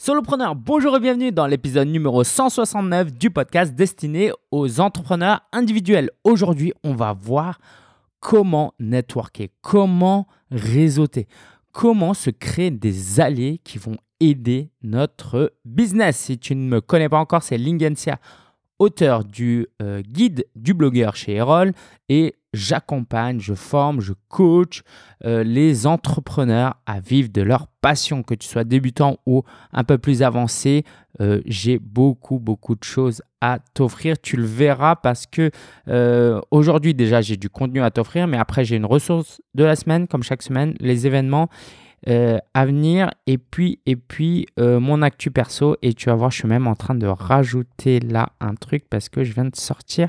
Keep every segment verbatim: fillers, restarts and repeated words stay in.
Solopreneur, bonjour et bienvenue dans l'épisode numéro cent soixante-neuf du podcast destiné aux entrepreneurs individuels. Aujourd'hui, on va voir comment networker, comment réseauter, comment se créer des alliés qui vont aider notre business. Si tu ne me connais pas encore, c'est Lingensia, auteur du euh, guide du blogueur chez Erol, et j'accompagne, je forme, je coach euh, les entrepreneurs à vivre de leur passion, que tu sois débutant ou un peu plus avancé. Euh, j'ai beaucoup, beaucoup de choses à t'offrir. Tu le verras parce que euh, aujourd'hui, déjà, j'ai du contenu à t'offrir, mais après, j'ai une ressource de la semaine, comme chaque semaine, les événements euh, à venir et puis, et puis euh, mon actu perso. Et tu vas voir, je suis même en train de rajouter là un truc parce que je viens de sortir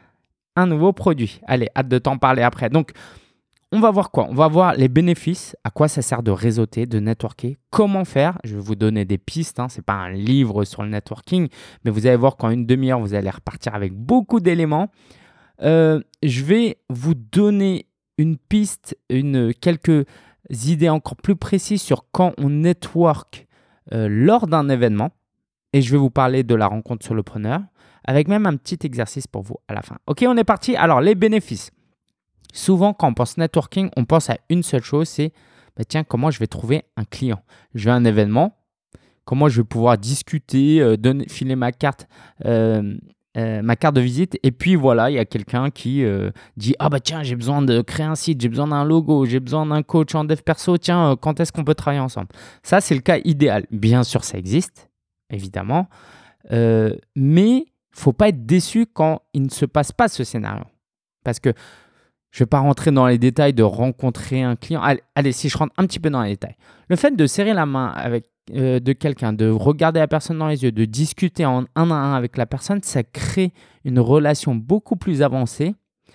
un nouveau produit. Allez, hâte de t'en parler après. Donc, on va voir quoi? On va voir les bénéfices, à quoi ça sert de réseauter, de networker, comment faire. Je vais vous donner des pistes, hein. Ce n'est pas un livre sur le networking, mais vous allez voir qu'en une demi-heure, vous allez repartir avec beaucoup d'éléments. Euh, je vais vous donner une piste, une, quelques idées encore plus précises sur quand on network euh, lors d'un événement. Et je vais vous parler de la rencontre solopreneur, avec même un petit exercice pour vous à la fin. Ok, on est parti. Alors, les bénéfices. Souvent, quand on pense networking, on pense à une seule chose, c'est bah, tiens, comment je vais trouver un client? Je vais à un événement, comment je vais pouvoir discuter, euh, donner, filer ma carte, euh, euh, ma carte de visite, et puis voilà, il y a quelqu'un qui euh, dit ah bah tiens, j'ai besoin de créer un site, j'ai besoin d'un logo, j'ai besoin d'un coach en dev perso, tiens, euh, quand est-ce qu'on peut travailler ensemble? Ça, c'est le cas idéal. Bien sûr, ça existe, évidemment, euh, mais il ne faut pas être déçu quand il ne se passe pas ce scénario. Parce que je ne vais pas rentrer dans les détails de rencontrer un client. Allez, allez, si je rentre un petit peu dans les détails. Le fait de serrer la main avec, euh, de quelqu'un, de regarder la personne dans les yeux, de discuter en un à un avec la personne, ça crée une relation beaucoup plus avancée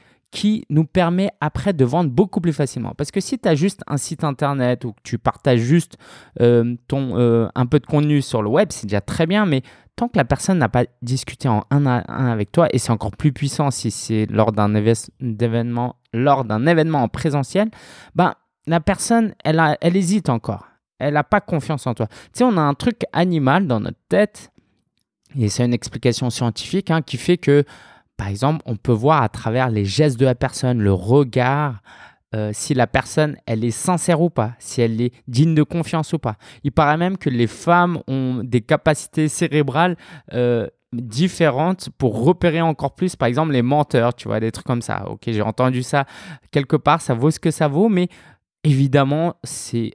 qui nous permet après de vendre beaucoup plus facilement. Parce que si tu as juste un site internet ou que tu partages juste euh, ton, euh, un peu de contenu sur le web, c'est déjà très bien, mais tant que la personne n'a pas discuté en un à un avec toi, et c'est encore plus puissant si c'est lors d'un événement, lors d'un événement en présentiel, ben, la personne, elle, a, elle hésite encore. Elle n'a pas confiance en toi. Tu sais, on a un truc animal dans notre tête, et c'est une explication scientifique hein, qui fait que par exemple, on peut voir à travers les gestes de la personne, le regard, euh, si la personne, elle est sincère ou pas, si elle est digne de confiance ou pas. Il paraît même que les femmes ont des capacités cérébrales euh, différentes pour repérer encore plus, par exemple, les menteurs, tu vois, des trucs comme ça. Ok, j'ai entendu ça quelque part, ça vaut ce que ça vaut, mais évidemment, c'est,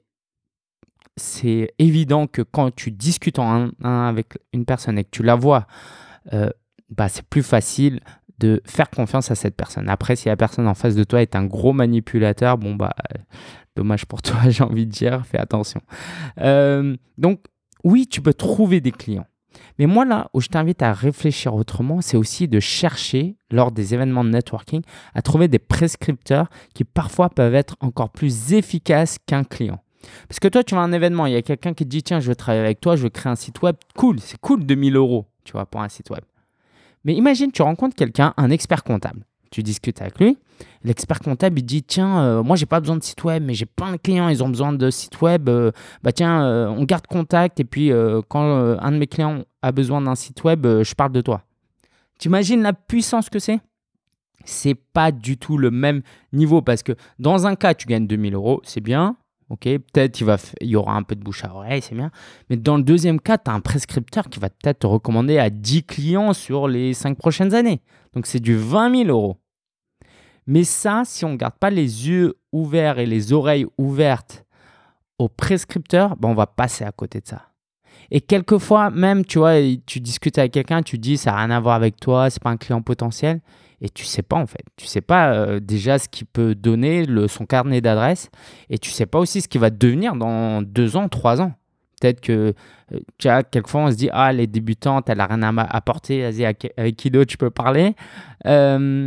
c'est évident que quand tu discutes en un à un avec une personne et que tu la vois, euh, bah, c'est plus facile de faire confiance à cette personne. Après, si la personne en face de toi est un gros manipulateur, bon, bah, euh, dommage pour toi, j'ai envie de dire, fais attention. Euh, donc, oui, tu peux trouver des clients. Mais moi, là où je t'invite à réfléchir autrement, c'est aussi de chercher, lors des événements de networking, à trouver des prescripteurs qui parfois peuvent être encore plus efficaces qu'un client. Parce que toi, tu vas à un événement, il y a quelqu'un qui te dit « Tiens, je veux travailler avec toi, je veux créer un site web. » Cool, c'est cool deux mille euros, tu vois, pour un site web. Mais imagine, tu rencontres quelqu'un, un expert comptable. Tu discutes avec lui. L'expert comptable, il dit « Tiens, euh, moi, j'ai pas besoin de site web, mais j'ai plein de clients, ils ont besoin de site web. Euh, bah tiens, euh, on garde contact. Et puis, euh, quand euh, un de mes clients a besoin d'un site web, euh, je parle de toi. » Tu imagines la puissance que c'est? C'est pas du tout le même niveau parce que dans un cas, tu gagnes deux mille euros, c'est bien. Ok, peut-être il, va f... il y aura un peu de bouche à oreille, c'est bien. Mais dans le deuxième cas, tu as un prescripteur qui va peut-être te recommander à dix clients sur les cinq prochaines années. Donc, c'est du vingt mille euros. Mais ça, si on ne garde pas les yeux ouverts et les oreilles ouvertes au prescripteur, ben on va passer à côté de ça. Et quelquefois, même, tu vois, tu discutes avec quelqu'un, tu dis ça n'a rien à voir avec toi, ce n'est pas un client potentiel. Et tu ne sais pas en fait. Tu ne sais pas euh, déjà ce qu'il peut donner, le, son carnet d'adresse. Et tu ne sais pas aussi ce qu'il va devenir dans deux ans, trois ans. Peut-être que, euh, tu vois, quelquefois on se dit « Ah, elle est débutante, elle n'a rien à apporter, vas-y, avec qui d'autre tu peux parler euh, ?»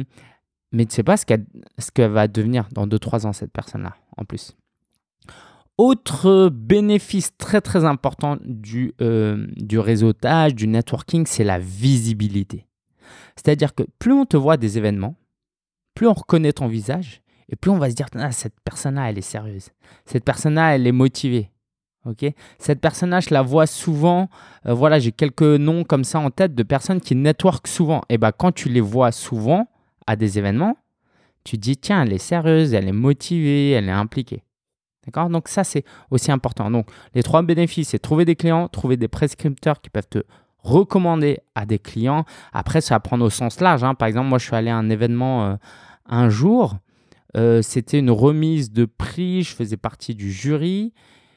Mais tu ne sais pas ce qu'elle, ce qu'elle va devenir dans deux, trois ans, cette personne-là, en plus. Autre bénéfice très, très important du, euh, du réseautage, du networking, c'est la visibilité. C'est-à-dire que plus on te voit à des événements, plus on reconnaît ton visage et plus on va se dire ah, cette personne-là, elle est sérieuse. Cette personne-là, elle est motivée. Ok, cette personne-là, je la vois souvent. Euh, voilà, j'ai quelques noms comme ça en tête de personnes qui networkent souvent. Et ben, quand tu les vois souvent à des événements, tu te dis, tiens, elle est sérieuse, elle est motivée, elle est impliquée. D'accord? Donc ça, c'est aussi important. Donc, les trois bénéfices, c'est trouver des clients, trouver des prescripteurs qui peuvent te recommander à des clients. Après, ça va prendre au sens large, hein. Par exemple, moi, je suis allé à un événement euh, un jour. Euh, c'était une remise de prix. Je faisais partie du jury.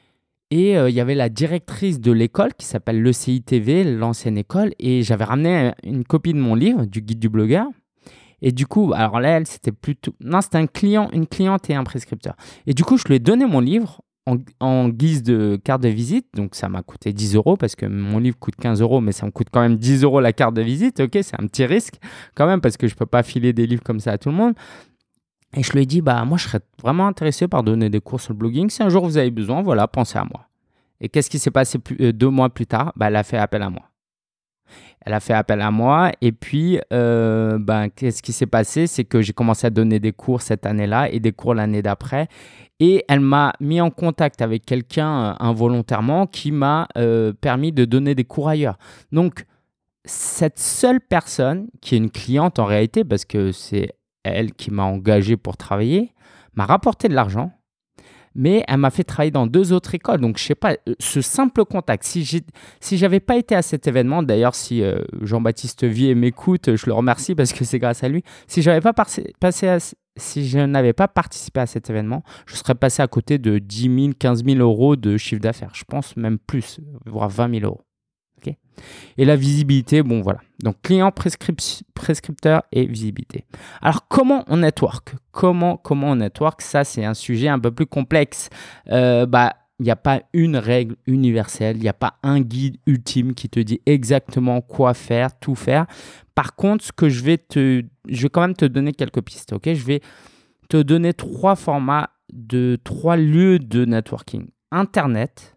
Et euh, il y avait la directrice de l'école qui s'appelle l'E C I T V, l'ancienne école. Et j'avais ramené une copie de mon livre, du guide du blogueur. Et du coup, alors là, elle, c'était plutôt... Non, c'était un client, une cliente et un prescripteur. Et du coup, je lui ai donné mon livre en, en guise de carte de visite. Donc, ça m'a coûté dix euros parce que mon livre coûte quinze euros, mais ça me coûte quand même dix euros la carte de visite. Ok, c'est un petit risque quand même parce que je ne peux pas filer des livres comme ça à tout le monde. Et je lui ai dit, bah, moi, je serais vraiment intéressé par donner des cours sur le blogging. Si un jour vous avez besoin, voilà, pensez à moi. Et qu'est-ce qui s'est passé plus, euh, deux mois plus tard? Bah, elle a fait appel à moi. Elle a fait appel à moi. Et puis, euh, ben, qu'est-ce qui s'est passé? C'est que j'ai commencé à donner des cours cette année-là et des cours l'année d'après. Et elle m'a mis en contact avec quelqu'un euh, involontairement qui m'a euh, permis de donner des cours ailleurs. Donc, cette seule personne, qui est une cliente en réalité, parce que c'est elle qui m'a engagé pour travailler, m'a rapporté de l'argent. Mais elle m'a fait travailler dans deux autres écoles. Donc, je ne sais pas, ce simple contact, si je si n'avais pas été à cet événement, d'ailleurs, si euh, Jean-Baptiste Vier m'écoute, je le remercie parce que c'est grâce à lui. Si, j'avais pas passé, passé à, si je n'avais pas participé à cet événement, je serais passé à côté de dix mille, quinze mille euros de chiffre d'affaires. Je pense même plus, voire vingt mille euros. Okay. Et la visibilité, bon voilà. Donc client, prescrip- prescripteur et visibilité. Alors comment on network? Comment, comment on network? Ça, c'est un sujet un peu plus complexe. Euh, bah, il n'y a pas une règle universelle, il n'y a pas un guide ultime qui te dit exactement quoi faire, tout faire. Par contre, ce que je vais te, je vais quand même te donner quelques pistes. Ok, je vais te donner trois formats de trois lieux de networking. Internet,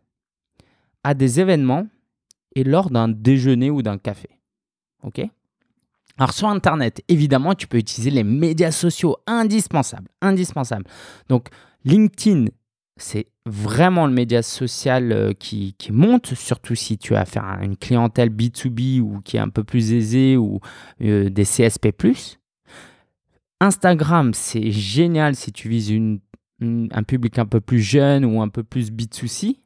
à des événements et lors d'un déjeuner ou d'un café. Ok ? Alors sur Internet, évidemment, tu peux utiliser les médias sociaux, indispensables, indispensables. Donc LinkedIn, c'est vraiment le média social euh, qui, qui monte, surtout si tu as affaire à une clientèle B deux B ou qui est un peu plus aisée ou euh, des C S P plus. Instagram, c'est génial si tu vises une, une, un public un peu plus jeune ou un peu plus B deux C.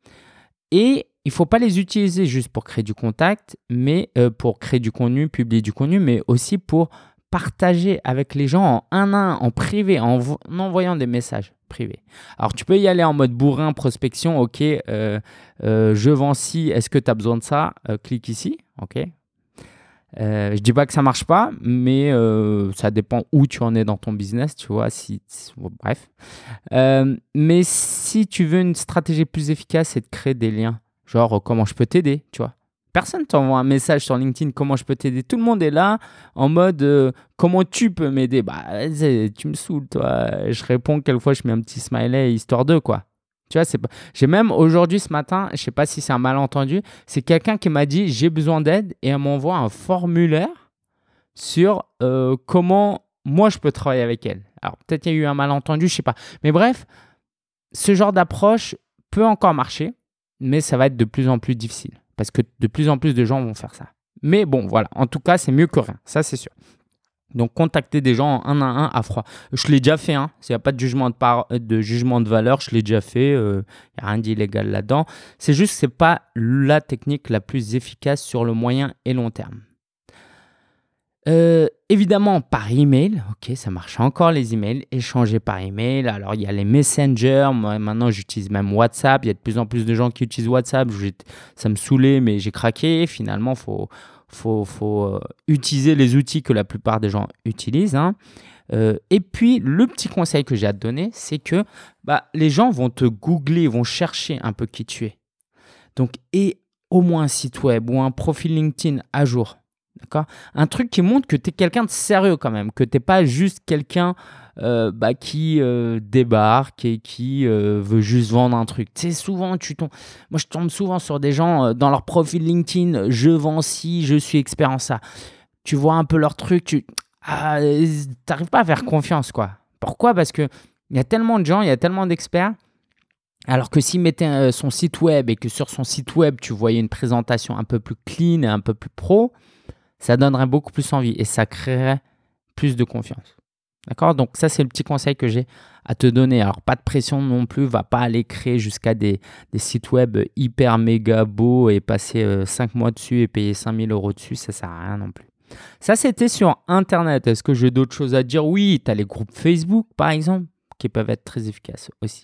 Et il ne faut pas les utiliser juste pour créer du contact, mais euh, pour créer du contenu, publier du contenu, mais aussi pour partager avec les gens en un à un, en privé, en, vo- en envoyant des messages privés. Alors, tu peux y aller en mode bourrin, prospection. Ok, euh, euh, je vends ci, est-ce que tu as besoin de ça? Euh, clique ici. Ok. Euh, je ne dis pas que ça ne marche pas, mais euh, ça dépend où tu en es dans ton business, tu vois. Si, si- bref. Euh, mais si tu veux une stratégie plus efficace, c'est de créer des liens. Genre, comment je peux t'aider, tu vois. Personne t'envoie un message sur LinkedIn, comment je peux t'aider. Tout le monde est là en mode, euh, comment tu peux m'aider. Bah, vas-y, tu me saoules, toi. Je réponds, quelquefois, je mets un petit smiley, histoire de, quoi. Tu vois, c'est pas... J'ai même aujourd'hui, ce matin, je sais pas si c'est un malentendu, c'est quelqu'un qui m'a dit, j'ai besoin d'aide, et elle m'envoie un formulaire sur euh, comment moi, je peux travailler avec elle. Alors, peut-être il y a eu un malentendu, je sais pas. Mais bref, ce genre d'approche peut encore marcher, mais ça va être de plus en plus difficile parce que de plus en plus de gens vont faire ça. Mais bon, voilà. En tout cas, c'est mieux que rien. Ça, c'est sûr. Donc, contacter des gens en un à un à froid. Je l'ai déjà fait. Hein. Il n'y a pas de jugement de, par... de jugement de valeur. Je l'ai déjà fait. Il euh, n'y a rien d'illégal là-dedans. C'est juste que ce n'est pas la technique la plus efficace sur le moyen et long terme. Euh, évidemment, par email, ok, ça marche encore les emails, échanger par email. Alors, il y a les messengers. Moi, maintenant, j'utilise même WhatsApp. Il y a de plus en plus de gens qui utilisent WhatsApp. J'ai, ça me saoulait, mais j'ai craqué. Finalement, il faut, faut, faut euh, utiliser les outils que la plupart des gens utilisent. Hein. Euh, et puis, le petit conseil que j'ai à te donner, c'est que bah, les gens vont te googler, vont chercher un peu qui tu es. Donc, et au moins un site web ou un profil LinkedIn à jour. D'accord ? Un truc qui montre que tu es quelqu'un de sérieux quand même, que tu n'es pas juste quelqu'un euh, bah, qui euh, débarque et qui euh, veut juste vendre un truc. Tu sais, souvent, tu tombes... moi je tombe souvent sur des gens euh, dans leur profil LinkedIn, je vends ci, je suis expert en ça. Tu vois un peu leur truc, tu ah, n'arrives pas à faire confiance, quoi. Pourquoi ? Parce qu'il y a tellement de gens, il y a tellement d'experts Alors que s'il mettait euh, son site web et que sur son site web, tu voyais une présentation un peu plus clean et un peu plus pro, ça donnerait beaucoup plus envie et ça créerait plus de confiance. D'accord? Donc ça, c'est le petit conseil que j'ai à te donner. Alors, pas de pression non plus. Va pas aller créer jusqu'à des, des sites web hyper méga beaux et passer euh, cinq mois dessus et payer cinq mille euros dessus. Ça sert à rien non plus. Ça, c'était sur Internet. Est-ce que j'ai d'autres choses à dire? Oui, tu as les groupes Facebook, par exemple, qui peuvent être très efficaces aussi.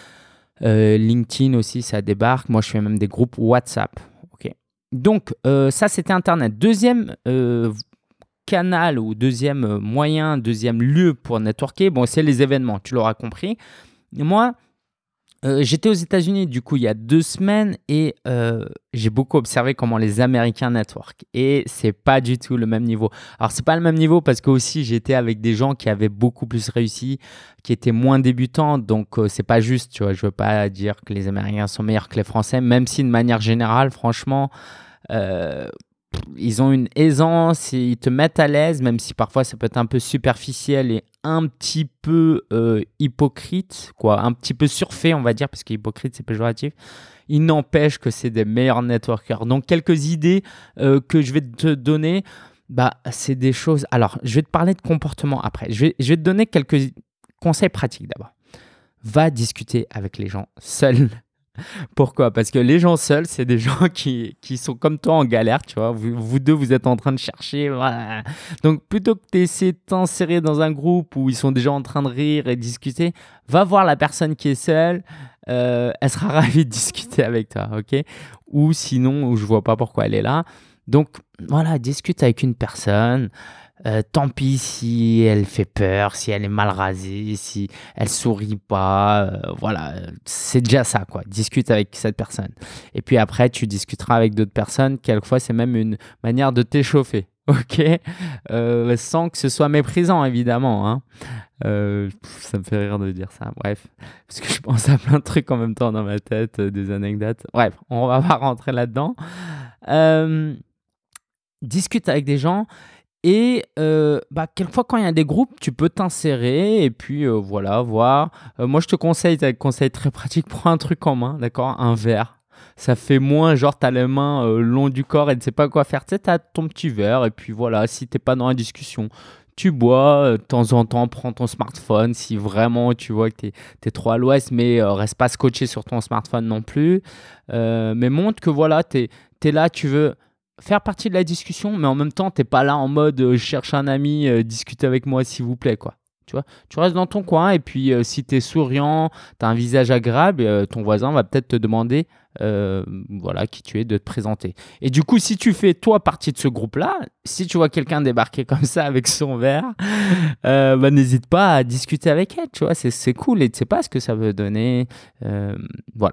Euh, LinkedIn aussi, ça débarque. Moi, je fais même des groupes WhatsApp. Okay. Donc, euh, ça, c'était Internet. Deuxième euh, canal ou deuxième moyen, deuxième lieu pour networker, bon, c'est les événements, tu l'auras compris. Et moi, euh, j'étais aux États-Unis du coup il y a deux semaines et euh, j'ai beaucoup observé comment les Américains network et c'est pas du tout le même niveau. Alors c'est pas le même niveau parce que aussi j'étais avec des gens qui avaient beaucoup plus réussi, qui étaient moins débutants, donc euh, c'est pas juste, tu vois. Je veux pas dire que les Américains sont meilleurs que les Français, même si de manière générale, franchement. Euh, Ils ont une aisance, et ils te mettent à l'aise, même si parfois ça peut être un peu superficiel et un petit peu euh, hypocrite, quoi, un petit peu surfait, on va dire, parce que hypocrite c'est péjoratif. Il n'empêche que c'est des meilleurs networkers. Donc quelques idées euh, que je vais te donner, bah, c'est des choses. Alors, je vais te parler de comportement après. Je vais, je vais te donner quelques conseils pratiques d'abord. Va discuter avec les gens seuls. Pourquoi? Parce que les gens seuls, c'est des gens qui, qui sont comme toi en galère, tu vois. Vous, vous deux, vous êtes en train de chercher. Voilà. Donc, plutôt que d'essayer de t'insérer dans un groupe où ils sont déjà en train de rire et discuter, va voir la personne qui est seule. Euh, elle sera ravie de discuter avec toi, ok? Ou sinon, ou je vois pas pourquoi elle est là. Donc, voilà, discute avec une personne. Euh, tant pis si elle fait peur, si elle est mal rasée, si elle sourit pas, euh, voilà, c'est déjà ça, quoi. Discute avec cette personne. Et puis après, tu discuteras avec d'autres personnes. Quelquefois, c'est même une manière de t'échauffer, ok? Euh, sans que ce soit méprisant, évidemment, hein. Euh, ça me fait rire de dire ça, bref. Parce que je pense à plein de trucs en même temps dans ma tête, euh, des anecdotes. Bref, on va pas rentrer là-dedans. Euh, discute avec des gens. Et euh, bah, quelquefois, quand il y a des groupes, tu peux t'insérer et puis euh, voilà, voir. Euh, moi, je te conseille, un conseil très pratique, prends un truc en main, d'accord? Un verre. Ça fait moins genre, t'as les mains euh, long du corps et tu sais pas quoi faire. Tu sais, t'as ton petit verre et puis voilà, si t'es pas dans la discussion, tu bois. Euh, de temps en temps, prends ton smartphone si vraiment tu vois que t'es, t'es trop à l'ouest, mais euh, reste pas scotché sur ton smartphone non plus. Euh, mais montre que voilà, t'es, t'es là, tu veux faire partie de la discussion, mais en même temps, t'es pas là en mode euh, je cherche un ami, euh, discute avec moi s'il vous plaît, quoi. Tu vois, tu restes dans ton coin et puis euh, si t'es souriant, t'as un visage agréable, euh, ton voisin va peut-être te demander euh, voilà, qui tu es, de te présenter. Et du coup, si tu fais toi partie de ce groupe-là, si tu vois quelqu'un débarquer comme ça avec son verre, euh, bah, n'hésite pas à discuter avec elle, tu vois, c'est, c'est cool et tu sais pas ce que ça veut donner. Euh, voilà.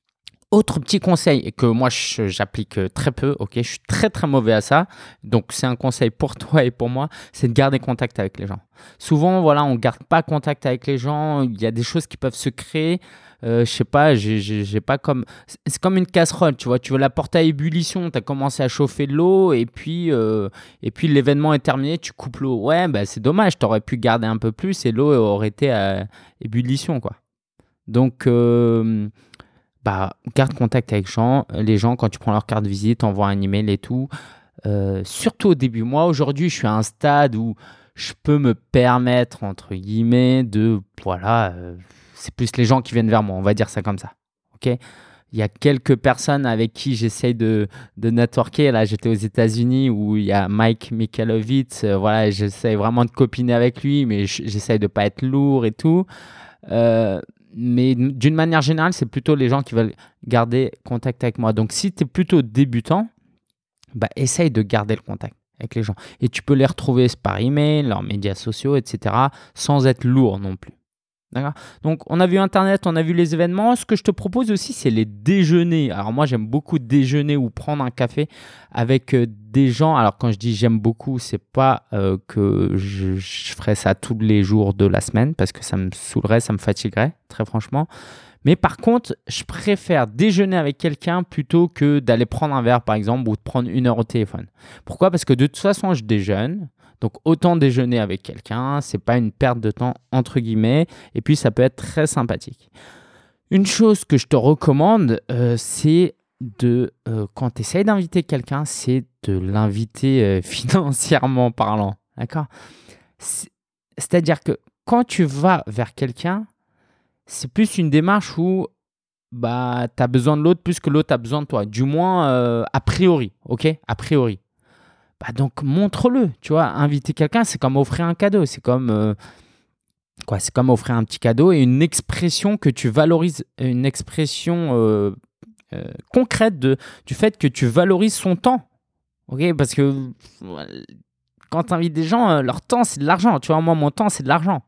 Autre petit conseil que moi je- j'applique très peu, ok, je suis très très mauvais à ça, donc c'est un conseil pour toi et pour moi, c'est de garder contact avec les gens. Souvent, voilà, on garde pas contact avec les gens, il y a des choses qui peuvent se créer, euh, je sais pas, j'ai, j'ai, j'ai pas comme, c'est c'est comme une casserole, tu vois, tu veux la porter à ébullition, tu as commencé à chauffer de l'eau et puis euh, et puis l'événement est terminé, tu coupes l'eau, ouais, bah c'est dommage, tu aurais pu garder un peu plus et l'eau aurait été à ébullition, quoi. Donc euh, bah, garde contact avec gens, les gens, quand tu prends leur carte de visite, envoie un email et tout. Euh, surtout au début. Moi, aujourd'hui, je suis à un stade où je peux me permettre, entre guillemets, de... Voilà, euh, c'est plus les gens qui viennent vers moi, on va dire ça comme ça. Ok? Il y a quelques personnes avec qui j'essaye de, de networker. Là, j'étais aux États-Unis où il y a Mike Michalowicz. Euh, voilà, j'essaye vraiment de copiner avec lui, mais j- j'essaye de ne pas être lourd et tout. Euh, mais d'une manière générale, c'est plutôt les gens qui veulent garder contact avec moi. Donc, si tu es plutôt débutant, bah, essaye de garder le contact avec les gens. Et tu peux les retrouver par email, leurs médias sociaux, et cetera, sans être lourd non plus. D'accord? Donc, on a vu Internet, on a vu les événements. Ce que je te propose aussi, c'est les déjeuners. Alors, moi, j'aime beaucoup déjeuner ou prendre un café avec euh, des gens. Alors, quand je dis j'aime beaucoup, c'est pas euh, que je, je ferais ça tous les jours de la semaine parce que ça me saoulerait, ça me fatiguerait, très franchement. Mais par contre, je préfère déjeuner avec quelqu'un plutôt que d'aller prendre un verre, par exemple, ou de prendre une heure au téléphone. Pourquoi? Parce que de toute façon, je déjeune. Donc, autant déjeuner avec quelqu'un, c'est pas une perte de temps, entre guillemets. Et puis, ça peut être très sympathique. Une chose que je te recommande, euh, c'est de, euh, quand tu essayes d'inviter quelqu'un, c'est de l'inviter euh, financièrement parlant. D'accord? C'est- C'est-à-dire que quand tu vas vers quelqu'un, c'est plus une démarche où bah, tu as besoin de l'autre plus que l'autre a besoin de toi. Du moins, euh, a priori. OK? A priori. Bah, donc, montre-le. Tu vois, inviter quelqu'un, c'est comme offrir un cadeau. C'est comme. euh, Quoi, c'est comme offrir un petit cadeau et une expression que tu valorises, une expression euh, euh, concrète de, du fait que tu valorises son temps. Ok, parce que euh, quand tu invites des gens, euh, leur temps, c'est de l'argent. Tu vois, moi, mon temps, c'est de l'argent.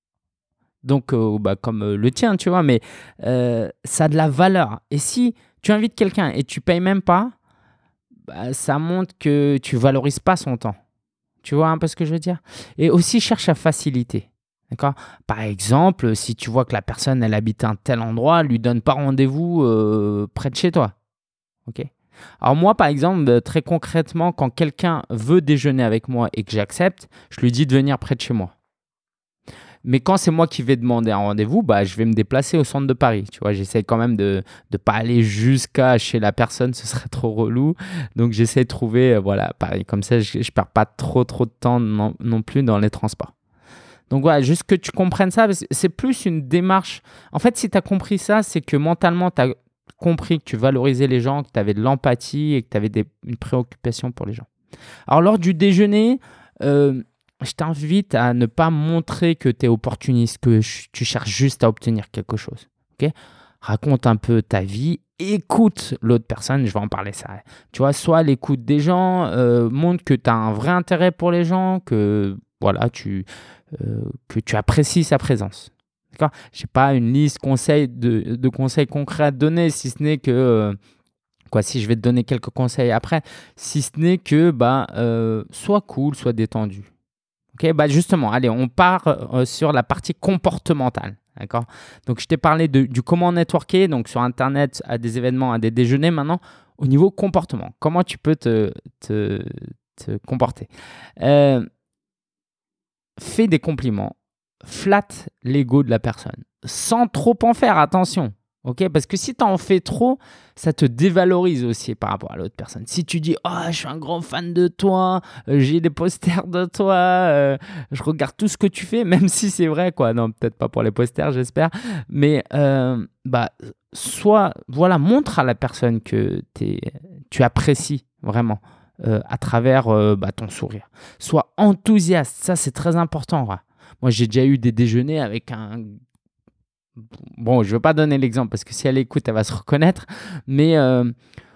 Donc, euh, bah, comme euh, le tien, tu vois, mais euh, ça a de la valeur. Et si tu invites quelqu'un et tu payes même pas, bah, ça montre que tu valorises pas son temps. Tu vois un peu ce que je veux dire? Et aussi, cherche à faciliter. D'accord? Par exemple, si tu vois que la personne, elle habite un tel endroit, lui donne pas rendez-vous euh, près de chez toi. Ok? Alors moi, par exemple, euh, très concrètement, quand quelqu'un veut déjeuner avec moi et que j'accepte, je lui dis de venir près de chez moi. Mais quand c'est moi qui vais demander un rendez-vous, bah, je vais me déplacer au centre de Paris. Tu vois, j'essaie quand même de ne pas aller jusqu'à chez la personne, ce serait trop relou. Donc j'essaie de trouver, euh, voilà, Paris. Comme ça, je ne perds pas trop trop de temps non, non plus dans les transports. Donc voilà, juste que tu comprennes ça, parce que c'est plus une démarche. En fait, si tu as compris ça, c'est que mentalement, tu as compris que tu valorisais les gens, que tu avais de l'empathie et que tu avais des- une préoccupation pour les gens. Alors, lors du déjeuner, euh, je t'invite à ne pas montrer que tu es opportuniste, que ch- tu cherches juste à obtenir quelque chose. Ok? Raconte un peu ta vie, écoute l'autre personne, je vais en parler ça. Tu vois, soit l'écoute des gens, euh, montre que tu as un vrai intérêt pour les gens, que voilà, tu, euh, que tu apprécies sa présence. D'accord? Je n'ai pas une liste conseils de, de conseils concrets à te donner, si ce n'est que, euh, quoi, si je vais te donner quelques conseils après, si ce n'est que, bah, euh, sois cool, sois détendu. Ok, bah justement, allez, on part euh, sur la partie comportementale. D'accord? Donc, je t'ai parlé de, du comment networker, donc sur Internet, à des événements, à des déjeuners. Maintenant, au niveau comportement, comment tu peux te, te, te comporter? Euh, Fais des compliments, flatte l'ego de la personne, sans trop en faire, attention. Ok, parce que si tu en fais trop, ça te dévalorise aussi par rapport à l'autre personne. Si tu dis, oh, je suis un grand fan de toi, euh, j'ai des posters de toi, euh, je regarde tout ce que tu fais, même si c'est vrai, quoi. Non, peut-être pas pour les posters, j'espère. Mais euh, bah, soit, voilà, montre à la personne que t'es, tu apprécies vraiment euh, à travers euh, bah, ton sourire. Sois enthousiaste, ça c'est très important. Ouais. Moi, j'ai déjà eu des déjeuners avec un. Bon, je ne veux pas donner l'exemple parce que si elle écoute, elle va se reconnaître. Mais euh,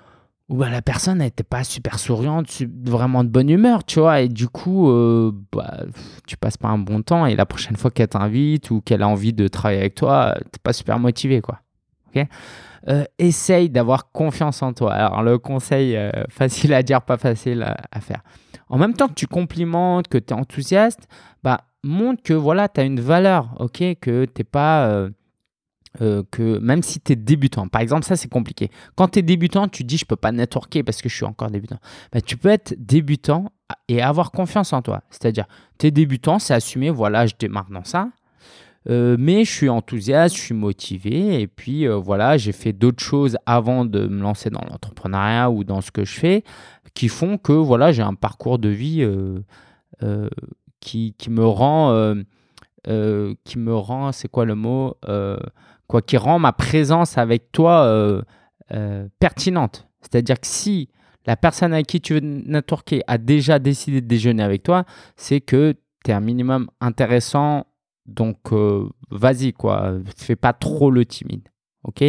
où bah, la personne n'était pas super souriante, su- vraiment de bonne humeur, tu vois. Et du coup, euh, bah, tu passes pas un bon temps. Et la prochaine fois qu'elle t'invite ou qu'elle a envie de travailler avec toi, tu n'es pas super motivé, quoi. Ok. Euh, essaye d'avoir confiance en toi. Alors, le conseil, euh, facile à dire, pas facile à, à faire. En même temps que tu complimentes, que tu es enthousiaste, bah, montre que voilà, tu as une valeur, ok, que tu n'es pas. Euh, euh, que même si tu es débutant, par exemple, ça c'est compliqué. Quand tu es débutant, tu dis je peux pas networker parce que je suis encore débutant. Bah, tu peux être débutant et avoir confiance en toi. C'est-à-dire, tu es débutant, c'est assumé, voilà, je démarre dans ça. Euh, mais je suis enthousiaste, je suis motivé et puis euh, voilà, j'ai fait d'autres choses avant de me lancer dans l'entrepreneuriat ou dans ce que je fais qui font que voilà, j'ai un parcours de vie euh, euh, qui, qui me rend, euh, euh, qui me rend, c'est quoi le mot Euh, quoi, qui rend ma présence avec toi euh, euh, pertinente. C'est-à-dire que si la personne avec qui tu veux networker a déjà décidé de déjeuner avec toi, c'est que tu es un minimum intéressant. Donc, euh, vas-y, quoi. Fais pas trop le timide. OK?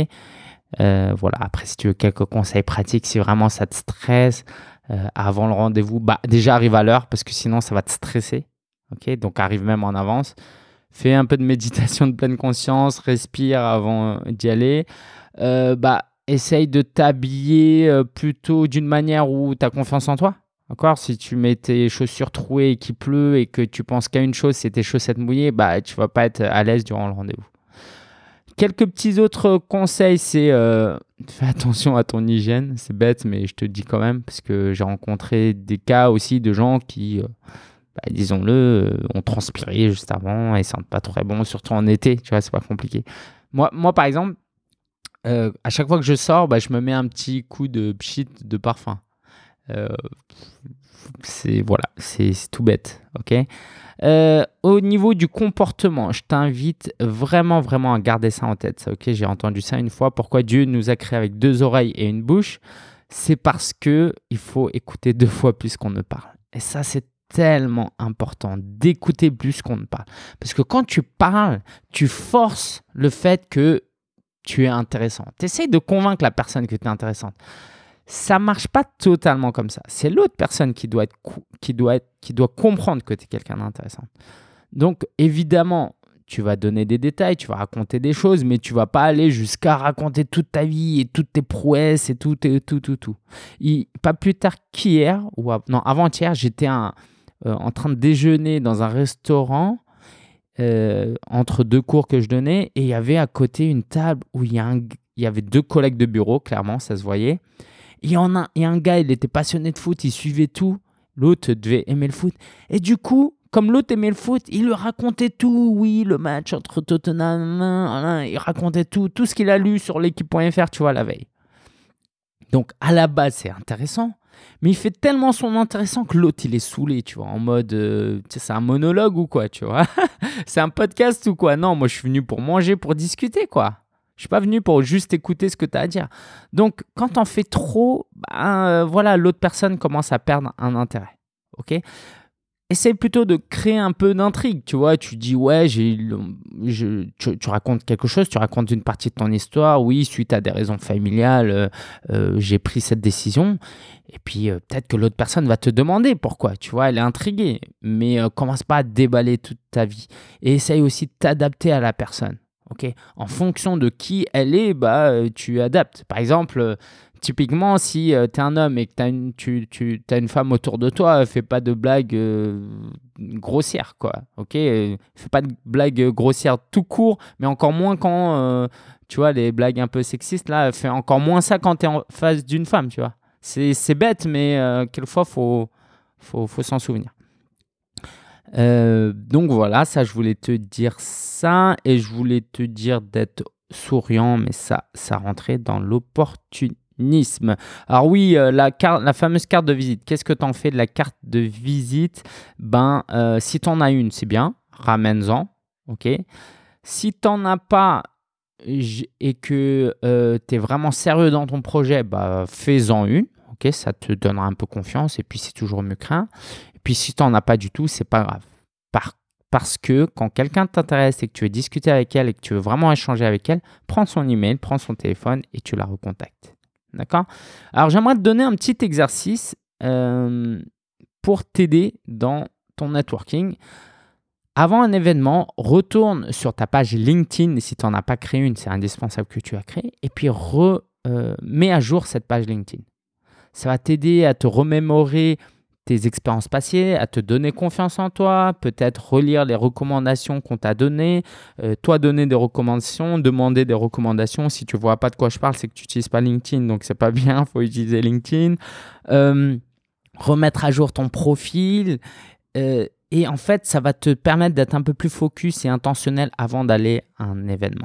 Euh, voilà. Après, si tu veux quelques conseils pratiques, si vraiment ça te stresse euh, avant le rendez-vous, bah, déjà arrive à l'heure parce que sinon, ça va te stresser. OK? Donc, arrive même en avance. Fais un peu de méditation de pleine conscience, respire avant euh, d'y aller. Euh, bah, essaye de t'habiller euh, plutôt d'une manière où tu as confiance en toi. D'accord? Si tu mets tes chaussures trouées et qu'il pleut et que tu penses qu'à une chose, c'est tes chaussettes mouillées, bah, tu vas pas être à l'aise durant le rendez-vous. Quelques petits autres conseils, c'est euh, fais attention à ton hygiène. C'est bête, mais je te le dis quand même parce que j'ai rencontré des cas aussi de gens qui, euh, bah, disons-le, euh, ont transpiré juste avant et sentent pas très bon, surtout en été. Tu vois, c'est pas compliqué. Moi, moi par exemple, euh, à chaque fois que je sors, bah, je me mets un petit coup de pchit de parfum. Euh, c'est voilà, c'est c'est tout bête, ok. Euh, au niveau du comportement, je t'invite vraiment, vraiment à garder ça en tête. Ça, ok, j'ai entendu ça une fois. Pourquoi Dieu nous a créés avec deux oreilles et une bouche? C'est parce que il faut écouter deux fois plus qu'on ne parle. Et ça, c'est tellement important d'écouter plus qu'on ne parle. Parce que quand tu parles, tu forces le fait que tu es intéressant. Tu essayes de convaincre la personne que tu es intéressante. Ça marche pas totalement comme ça. C'est l'autre personne qui doit, être, qui doit, être, qui doit comprendre que tu es quelqu'un d'intéressant. Donc, évidemment, tu vas donner des détails, tu vas raconter des choses, mais tu vas pas aller jusqu'à raconter toute ta vie et toutes tes prouesses et tout, et tout, tout, tout. Et pas plus tard qu'hier, ou av- non, avant-hier, j'étais un, euh, en train de déjeuner dans un restaurant euh, entre deux cours que je donnais et il y avait à côté une table où il y, a un, il y avait deux collègues de bureau, clairement, ça se voyait. Il y en a et un gars, il était passionné de foot, il suivait tout. L'autre devait aimer le foot. Et du coup, comme l'autre aimait le foot, il lui racontait tout. Oui, le match entre Tottenham, il racontait tout, tout ce qu'il a lu sur l'équipe point F R, tu vois, la veille. Donc, à la base, c'est intéressant. Mais il fait tellement son intéressant que l'autre, il est saoulé, tu vois, en mode, euh, tu sais, c'est un monologue ou quoi, tu vois. C'est un podcast ou quoi. Non, moi, je suis venu pour manger, pour discuter, quoi. Je suis pas venu pour juste écouter ce que tu as à dire. Donc, quand tu en fais trop, ben, euh, voilà, l'autre personne commence à perdre un intérêt. Ok ? Essaye plutôt de créer un peu d'intrigue, tu vois. Tu dis, ouais, j'ai, je, tu, tu racontes quelque chose, tu racontes une partie de ton histoire. Oui, suite à des raisons familiales, euh, euh, j'ai pris cette décision. Et puis, euh, peut-être que l'autre personne va te demander pourquoi, tu vois. Elle est intriguée. Mais euh, commence pas à déballer toute ta vie. Et essaye aussi de t'adapter à la personne. Okay, en fonction de qui elle est, bah, euh, tu adaptes. Par exemple, euh, typiquement, si euh, tu es un homme et que t'as une, tu, tu as une femme autour de toi, fais pas de blagues euh, grossières, quoi. Ok, euh, fais pas de blagues grossières tout court, mais encore moins quand, euh, tu vois, les blagues un peu sexistes, là, fais encore moins ça quand tu es en face d'une femme, tu vois. C'est, c'est bête, mais euh, quelquefois, il faut, faut, faut s'en souvenir. Euh, donc voilà, ça je voulais te dire ça et je voulais te dire d'être souriant, mais ça, ça rentrait dans l'opportunisme. Alors oui, euh, la, carte, la fameuse carte de visite, qu'est-ce que tu en fais de la carte de visite? Ben, euh, si tu en as une, c'est bien, ramène-en, ok? Si tu n'en as pas et que euh, tu es vraiment sérieux dans ton projet, bah, fais-en une, ok? Ça te donnera un peu confiance et puis c'est toujours mieux que rien. Et puis si tu n'en as pas du tout, c'est pas grave. Par, parce que quand quelqu'un t'intéresse et que tu veux discuter avec elle et que tu veux vraiment échanger avec elle, prends son email, prends son téléphone et tu la recontactes. D'accord? Alors j'aimerais te donner un petit exercice euh, pour t'aider dans ton networking. Avant un événement, retourne sur ta page LinkedIn. Si tu n'en as pas créé une, c'est indispensable que tu la crées. Et puis re, euh, mets à jour cette page LinkedIn. Ça va t'aider à te remémorer tes expériences passées, à te donner confiance en toi, peut-être relire les recommandations qu'on t'a données, euh, toi donner des recommandations, demander des recommandations. Si tu ne vois pas de quoi je parle, c'est que tu n'utilises pas LinkedIn, donc c'est pas bien, il faut utiliser LinkedIn. Euh, remettre à jour ton profil. Euh, et en fait, ça va te permettre d'être un peu plus focus et intentionnel avant d'aller à un événement.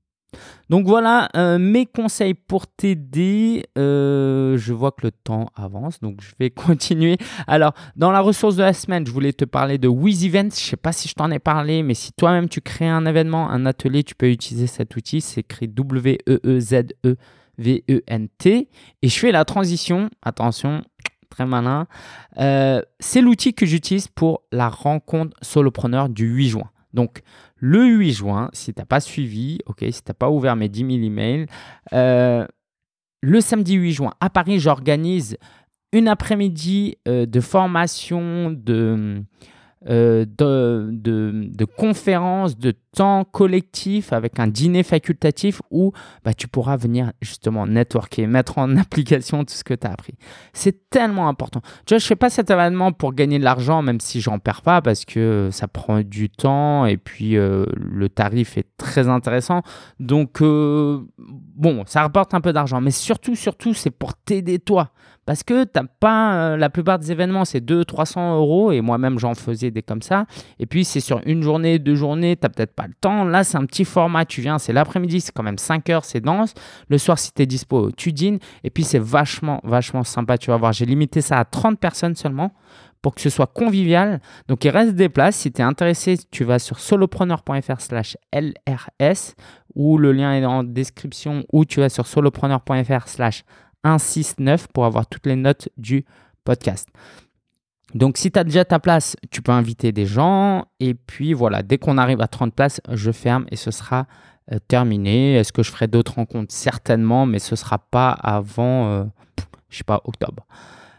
Donc voilà euh, mes conseils pour t'aider. Euh, je vois que le temps avance, donc je vais continuer. Alors, dans la ressource de la semaine, je voulais te parler de Wiz Events. Je ne sais pas si je t'en ai parlé, mais si toi-même tu crées un événement, un atelier, tu peux utiliser cet outil. C'est écrit W E E Z E V E N T. Et je fais la transition. Attention, très malin. Euh, c'est l'outil que j'utilise pour la rencontre solopreneur du huit juin. Donc, le huit juin, si tu n'as pas suivi, ok, si tu n'as pas ouvert mes dix mille emails, euh, le samedi huit juin, à Paris, j'organise une après-midi euh, de formation, de, euh, de, de, de conférences, de temps collectif avec un dîner facultatif où bah, tu pourras venir justement networker, mettre en application tout ce que tu as appris. C'est tellement important. Tu vois, je ne fais pas cet événement pour gagner de l'argent, même si j'en perds pas parce que ça prend du temps et puis euh, le tarif est très intéressant. Donc, euh, bon, ça rapporte un peu d'argent. Mais surtout, surtout, c'est pour t'aider toi. Parce que t'as pas, euh, la plupart des événements, c'est deux cents à trois cents euros et moi-même, j'en faisais des comme ça. Et puis, c'est sur une journée, deux journées, tu n'as peut-être pas pas le temps, là, c'est un petit format. Tu viens, c'est l'après-midi, c'est quand même cinq heures, c'est dense. Le soir, si tu es dispo, tu dînes. Et puis, c'est vachement, vachement sympa. Tu vas voir, j'ai limité ça à trente personnes seulement pour que ce soit convivial. Donc, il reste des places. Si tu es intéressé, tu vas sur solopreneur.fr slash LRS ou le lien est en description, ou tu vas sur solopreneur.fr slash cent soixante-neuf pour avoir toutes les notes du podcast. Donc, si tu as déjà ta place, tu peux inviter des gens. Et puis, voilà, dès qu'on arrive à trente places, je ferme et ce sera euh, terminé. Est-ce que je ferai d'autres rencontres? Certainement, mais ce ne sera pas avant, euh, je ne sais pas, octobre.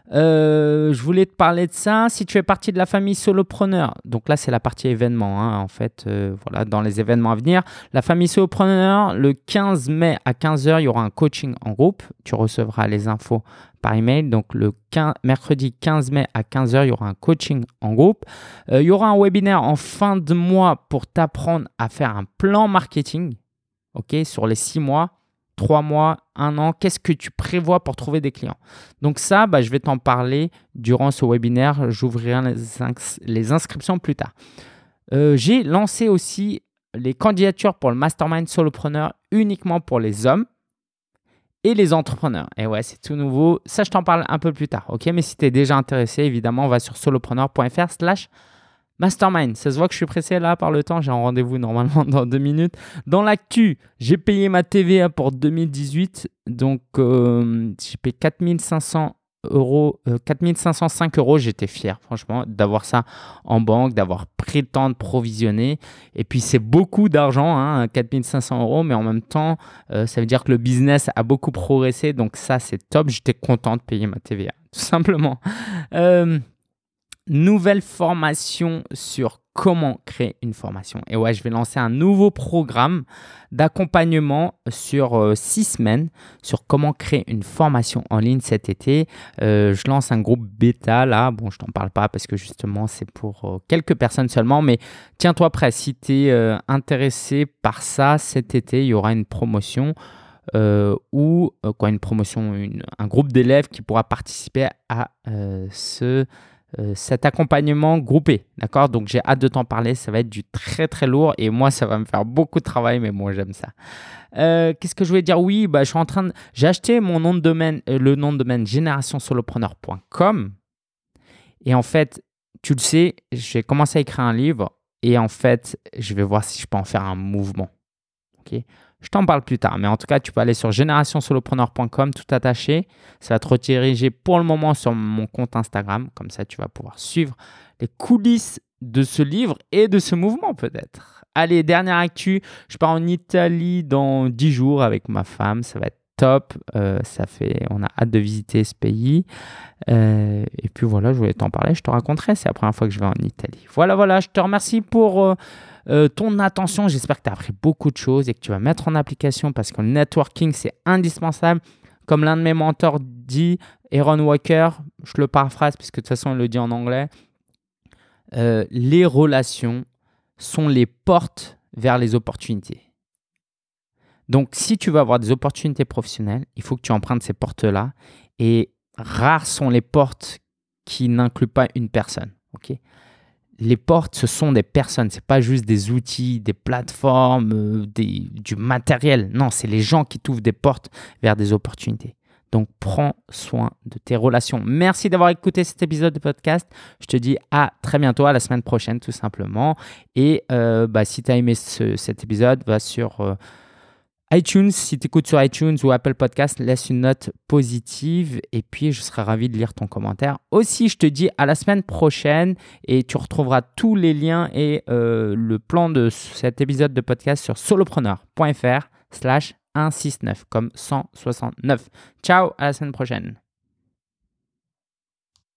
Euh, je voulais te parler de ça. Si tu fais partie de la famille Solopreneur, donc là, c'est la partie événement, hein, en fait, euh, voilà, dans les événements à venir. La famille Solopreneur, le quinze mai à quinze heures, il y aura un coaching en groupe. Tu recevras les infos par email. Donc, le quinze, mercredi quinze mai à quinze heures, il y aura un coaching en groupe. Euh, il y aura un webinaire en fin de mois pour t'apprendre à faire un plan marketing, ok, sur les six mois. Trois mois, un an, qu'est-ce que tu prévois pour trouver des clients? Donc ça, bah, je vais t'en parler durant ce webinaire. J'ouvrirai les, ins- les inscriptions plus tard. Euh, j'ai lancé aussi les candidatures pour le Mastermind Solopreneur uniquement pour les hommes et les entrepreneurs. Et ouais, c'est tout nouveau. Ça, je t'en parle un peu plus tard. Ok, mais si tu es déjà intéressé, évidemment, on va sur solopreneur.fr slash Mastermind. Ça se voit que je suis pressé là par le temps. J'ai un rendez-vous normalement dans deux minutes. Dans l'actu, j'ai payé ma T V A pour deux mille dix-huit. Donc, euh, j'ai payé quatre mille cinq cents euros, euh, quatre mille cinq cent cinq euros. J'étais fier, franchement, d'avoir ça en banque, d'avoir pris le temps de provisionner. Et puis, c'est beaucoup d'argent, hein, quatre mille cinq cents euros. Mais en même temps, euh, ça veut dire que le business a beaucoup progressé. Donc, ça, c'est top. J'étais content de payer ma T V A, tout simplement. Euh, Nouvelle formation sur comment créer une formation. Et ouais, je vais lancer un nouveau programme d'accompagnement sur euh, six semaines sur comment créer une formation en ligne cet été. Euh, je lance un groupe bêta là. Bon, je t'en parle pas parce que justement, c'est pour euh, quelques personnes seulement. Mais tiens-toi prêt, si tu es euh, intéressé par ça, cet été, il y aura une promotion. Euh, ou euh, quoi, une promotion, une, un groupe d'élèves qui pourra participer à euh, ce Euh, cet accompagnement groupé, d'accord? Donc, j'ai hâte de t'en parler. Ça va être du très, très lourd et moi, ça va me faire beaucoup de travail, mais bon, j'aime ça. Euh, qu'est-ce que je voulais dire? Oui, bah, je suis en train de... J'ai acheté mon nom de domaine, euh, le nom de domaine génération solopreneur point com et en fait, tu le sais, j'ai commencé à écrire un livre et en fait, je vais voir si je peux en faire un mouvement, ok? Je t'en parle plus tard, mais en tout cas, tu peux aller sur génération solopreneur point com, tout attaché. Ça va te rediriger pour le moment sur mon compte Instagram. Comme ça, tu vas pouvoir suivre les coulisses de ce livre et de ce mouvement peut-être. Allez, dernière actu. Je pars en Italie dans dix jours avec ma femme. Ça va être top. Euh, ça fait, on a hâte de visiter ce pays. Euh, et puis voilà, je voulais t'en parler. Je te raconterai. C'est la première fois que je vais en Italie. Voilà, voilà. Je te remercie pour... Euh, Euh, ton attention. J'espère que tu as appris beaucoup de choses et que tu vas mettre en application parce que le networking, c'est indispensable. Comme l'un de mes mentors dit, Aaron Walker, je le paraphrase parce que de toute façon, il le dit en anglais, euh, les relations sont les portes vers les opportunités. Donc, si tu veux avoir des opportunités professionnelles, il faut que tu empruntes ces portes-là et rares sont les portes qui n'incluent pas une personne. Ok ? Les portes, ce sont des personnes. Ce n'est pas juste des outils, des plateformes, euh, des, du matériel. Non, c'est les gens qui t'ouvrent des portes vers des opportunités. Donc, prends soin de tes relations. Merci d'avoir écouté cet épisode de podcast. Je te dis à très bientôt, à la semaine prochaine, tout simplement. Et euh, bah, si tu as aimé ce, cet épisode, va sur... Euh, iTunes, si tu écoutes sur iTunes ou Apple Podcast, laisse une note positive et puis je serai ravi de lire ton commentaire. Aussi, je te dis à la semaine prochaine et tu retrouveras tous les liens et euh, le plan de cet épisode de podcast sur solopreneur.fr slash cent soixante-neuf comme cent soixante-neuf. Ciao, à la semaine prochaine.